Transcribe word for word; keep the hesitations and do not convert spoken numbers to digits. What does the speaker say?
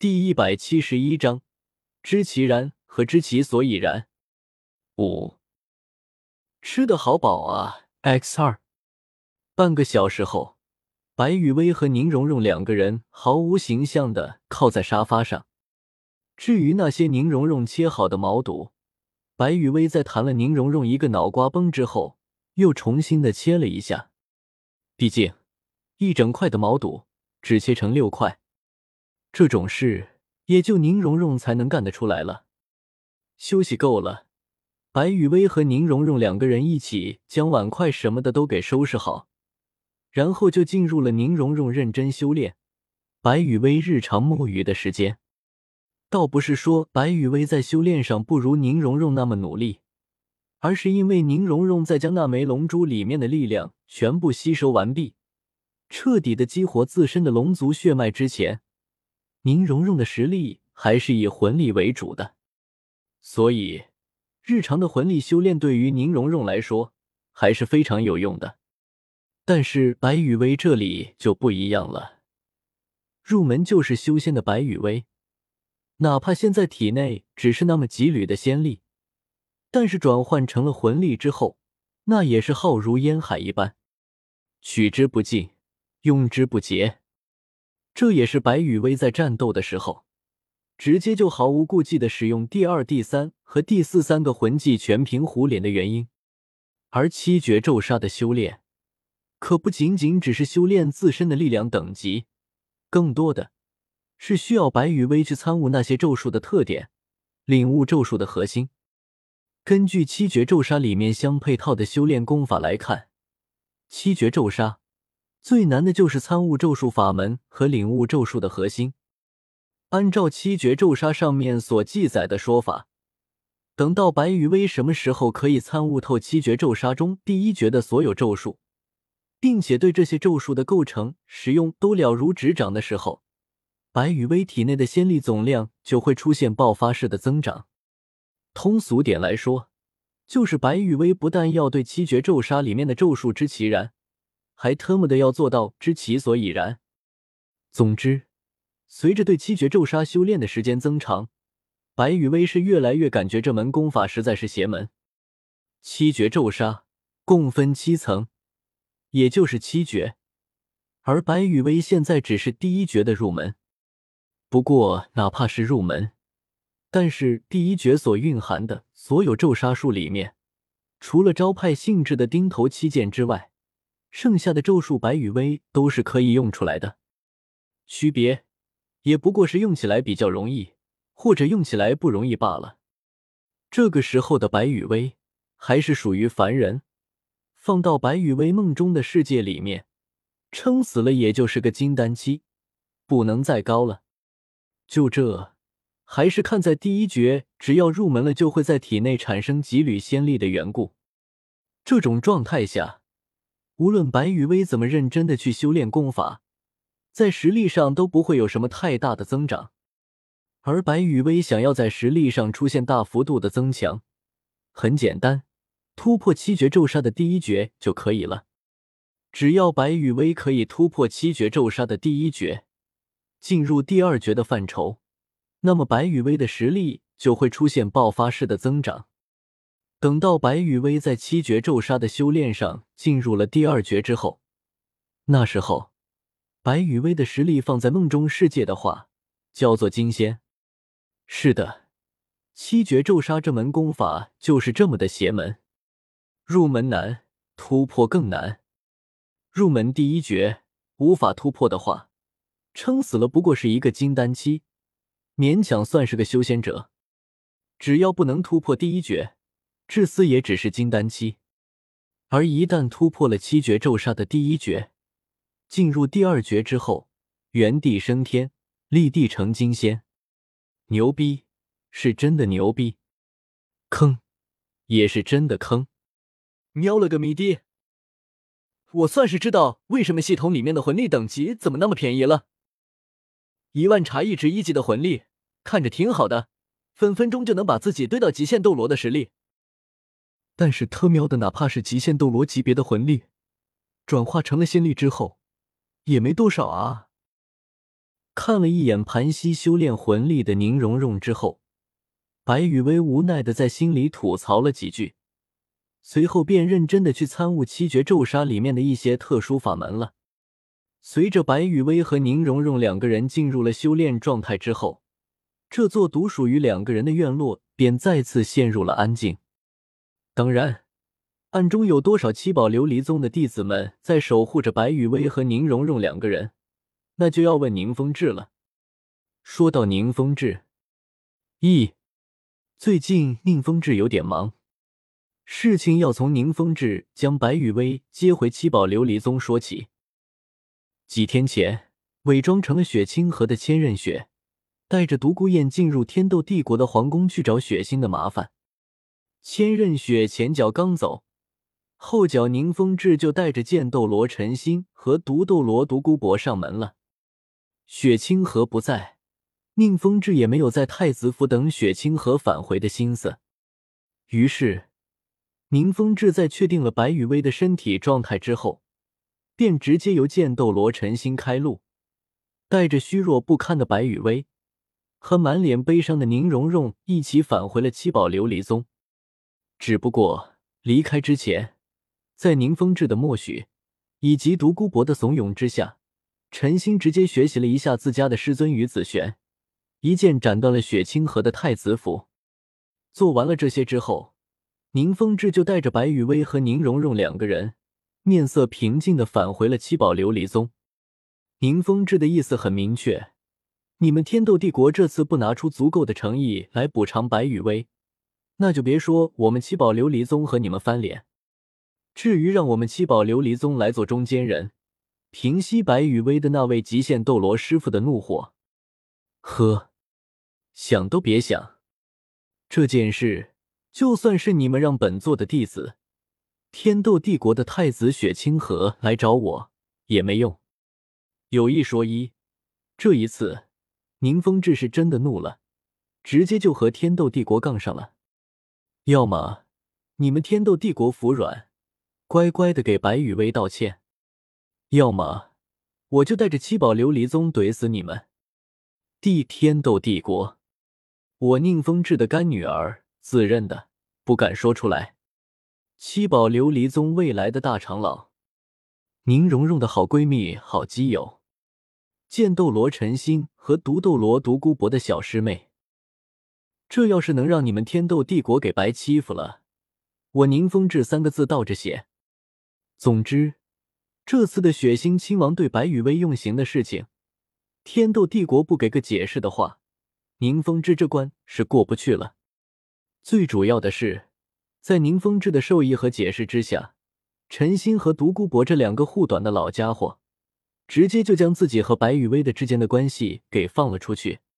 第一百七十一章，知其然和知其所以然。五，吃得好饱啊 ！X 二。半个小时后，白雨薇和宁荣荣两个人毫无形象地靠在沙发上。至于那些宁荣荣切好的毛肚，白雨薇在弹了宁荣荣一个脑瓜崩之后，又重新的切了一下。毕竟，一整块的毛肚只切成六块，这种事也就宁荣荣才能干得出来了。休息够了，白雨薇和宁荣荣两个人一起将碗筷什么的都给收拾好，然后就进入了宁荣荣认真修炼，白雨薇日常沐浴的时间。倒不是说白雨薇在修炼上不如宁荣荣那么努力，而是因为宁荣荣在将那枚龙珠里面的力量全部吸收完毕，彻底的激活自身的龙族血脉之前，宁荣荣的实力还是以魂力为主的。所以日常的魂力修炼对于宁荣荣来说还是非常有用的。但是白雨薇这里就不一样了，入门就是修仙的白雨薇，哪怕现在体内只是那么几缕的仙力，但是转换成了魂力之后，那也是浩如烟海一般，取之不尽，用之不竭。这也是白雨薇在战斗的时候直接就毫无顾忌地使用第二、第三和第四三个魂技全凭胡脸的原因。而七绝咒杀的修炼可不仅仅只是修炼自身的力量等级，更多的是需要白雨薇去参悟那些咒术的特点，领悟咒术的核心。根据七绝咒杀里面相配套的修炼功法来看，七绝咒杀最难的就是参悟咒术法门和领悟咒术的核心。按照七绝咒杀上面所记载的说法，等到白雨薇什么时候可以参悟透七绝咒杀中第一绝的所有咒术，并且对这些咒术的构成、使用都了如指掌的时候，白雨薇体内的仙力总量就会出现爆发式的增长。通俗点来说，就是白雨薇不但要对七绝咒杀里面的咒术知其然，还特么的要做到知其所以然。总之，随着对七绝咒杀修炼的时间增长，白雨薇是越来越感觉这门功法实在是邪门。七绝咒杀共分七层，也就是七绝，而白雨薇现在只是第一绝的入门。不过哪怕是入门，但是第一绝所蕴含的所有咒杀术里面，除了招派性质的钉头七剑之外，剩下的咒术白雨薇都是可以用出来的。区别也不过是用起来比较容易，或者用起来不容易罢了。这个时候的白雨薇还是属于凡人，放到白雨薇梦中的世界里面，撑死了也就是个金丹期，不能再高了。就这，还是看在第一绝只要入门了就会在体内产生几缕仙力的缘故。这种状态下，无论白雨薇怎么认真的去修炼功法，在实力上都不会有什么太大的增长。而白雨薇想要在实力上出现大幅度的增强，很简单，突破七绝咒杀的第一绝就可以了。只要白雨薇可以突破七绝咒杀的第一绝，进入第二绝的范畴，那么白雨薇的实力就会出现爆发式的增长。等到白雨薇在七绝咒杀的修炼上进入了第二绝之后，那时候白雨薇的实力放在梦中世界的话，叫做金仙。是的，七绝咒杀这门功法就是这么的邪门。入门难，突破更难。入门第一绝无法突破的话，撑死了不过是一个金丹期，勉强算是个修仙者。只要不能突破第一绝，至死也只是金丹期。而一旦突破了七绝咒杀的第一绝，进入第二绝之后，原地升天，立地成金仙。牛逼，是真的牛逼。坑，也是真的坑。喵了个咪的，我算是知道为什么系统里面的魂力等级怎么那么便宜了。一万茶一值一级的魂力，看着挺好的，分分钟就能把自己堆到极限斗罗的实力。但是特喵的，哪怕是极限斗罗级别的魂力，转化成了仙力之后，也没多少啊。 看了一眼盘膝修炼魂力的宁荣荣之后，白羽薇无奈的在心里吐槽了几句，随后便认真的去参悟七绝咒杀里面的一些特殊法门了。随着白羽薇和宁荣荣两个人进入了修炼状态之后，这座独属于两个人的院落便再次陷入了安静。当然，暗中有多少七宝琉璃宗的弟子们在守护着白羽薇和宁荣荣两个人，那就要问宁风致了。说到宁风致，咦，最近宁风致有点忙，事情要从宁风致将白羽薇接回七宝琉璃宗说起。几天前，伪装成了雪清河的千仞雪带着独孤雁进入天斗帝国的皇宫去找雪星的麻烦。千仞雪前脚刚走，后脚宁风致就带着剑斗罗陈心和毒斗罗独孤博上门了。雪清河不在，宁风致也没有在太子府等雪清河返回的心思。于是宁风致在确定了白羽薇的身体状态之后，便直接由剑斗罗陈心开路，带着虚弱不堪的白羽薇和满脸悲伤的宁荣荣一起返回了七宝琉璃宗。只不过离开之前，在宁风致的默许以及独孤博的怂恿之下，陈心直接学习了一下自家的师尊于子玄，一剑斩断了雪清河的太子府。做完了这些之后，宁风致就带着白羽薇和宁荣荣两个人面色平静地返回了七宝琉璃宗。宁风致的意思很明确，你们天斗帝国这次不拿出足够的诚意来补偿白羽薇，那就别说我们七宝琉璃宗和你们翻脸。至于让我们七宝琉璃宗来做中间人，平息白羽薇的那位极限斗罗师傅的怒火，呵，想都别想。这件事就算是你们让本座的弟子天斗帝国的太子雪清河来找我也没用。有一说一，这一次宁风致是真的怒了，直接就和天斗帝国杠上了。要么你们天斗帝国服软，乖乖的给白羽薇道歉，要么我就带着七宝琉璃宗怼死你们。帝天斗帝国，我宁风致的干女儿自认的，不敢说出来。七宝琉璃宗未来的大长老，宁荣荣的好闺蜜好基友，剑斗罗陈心和毒斗罗独孤博的小师妹，这要是能让你们天斗帝国给白欺负了，我宁风致三个字倒着写。总之，这次的血腥亲王对白羽薇用刑的事情，天斗帝国不给个解释的话，宁风致这关是过不去了。最主要的是，在宁风致的授意和解释之下，陈心和独孤博这两个护短的老家伙直接就将自己和白羽薇的之间的关系给放了出去。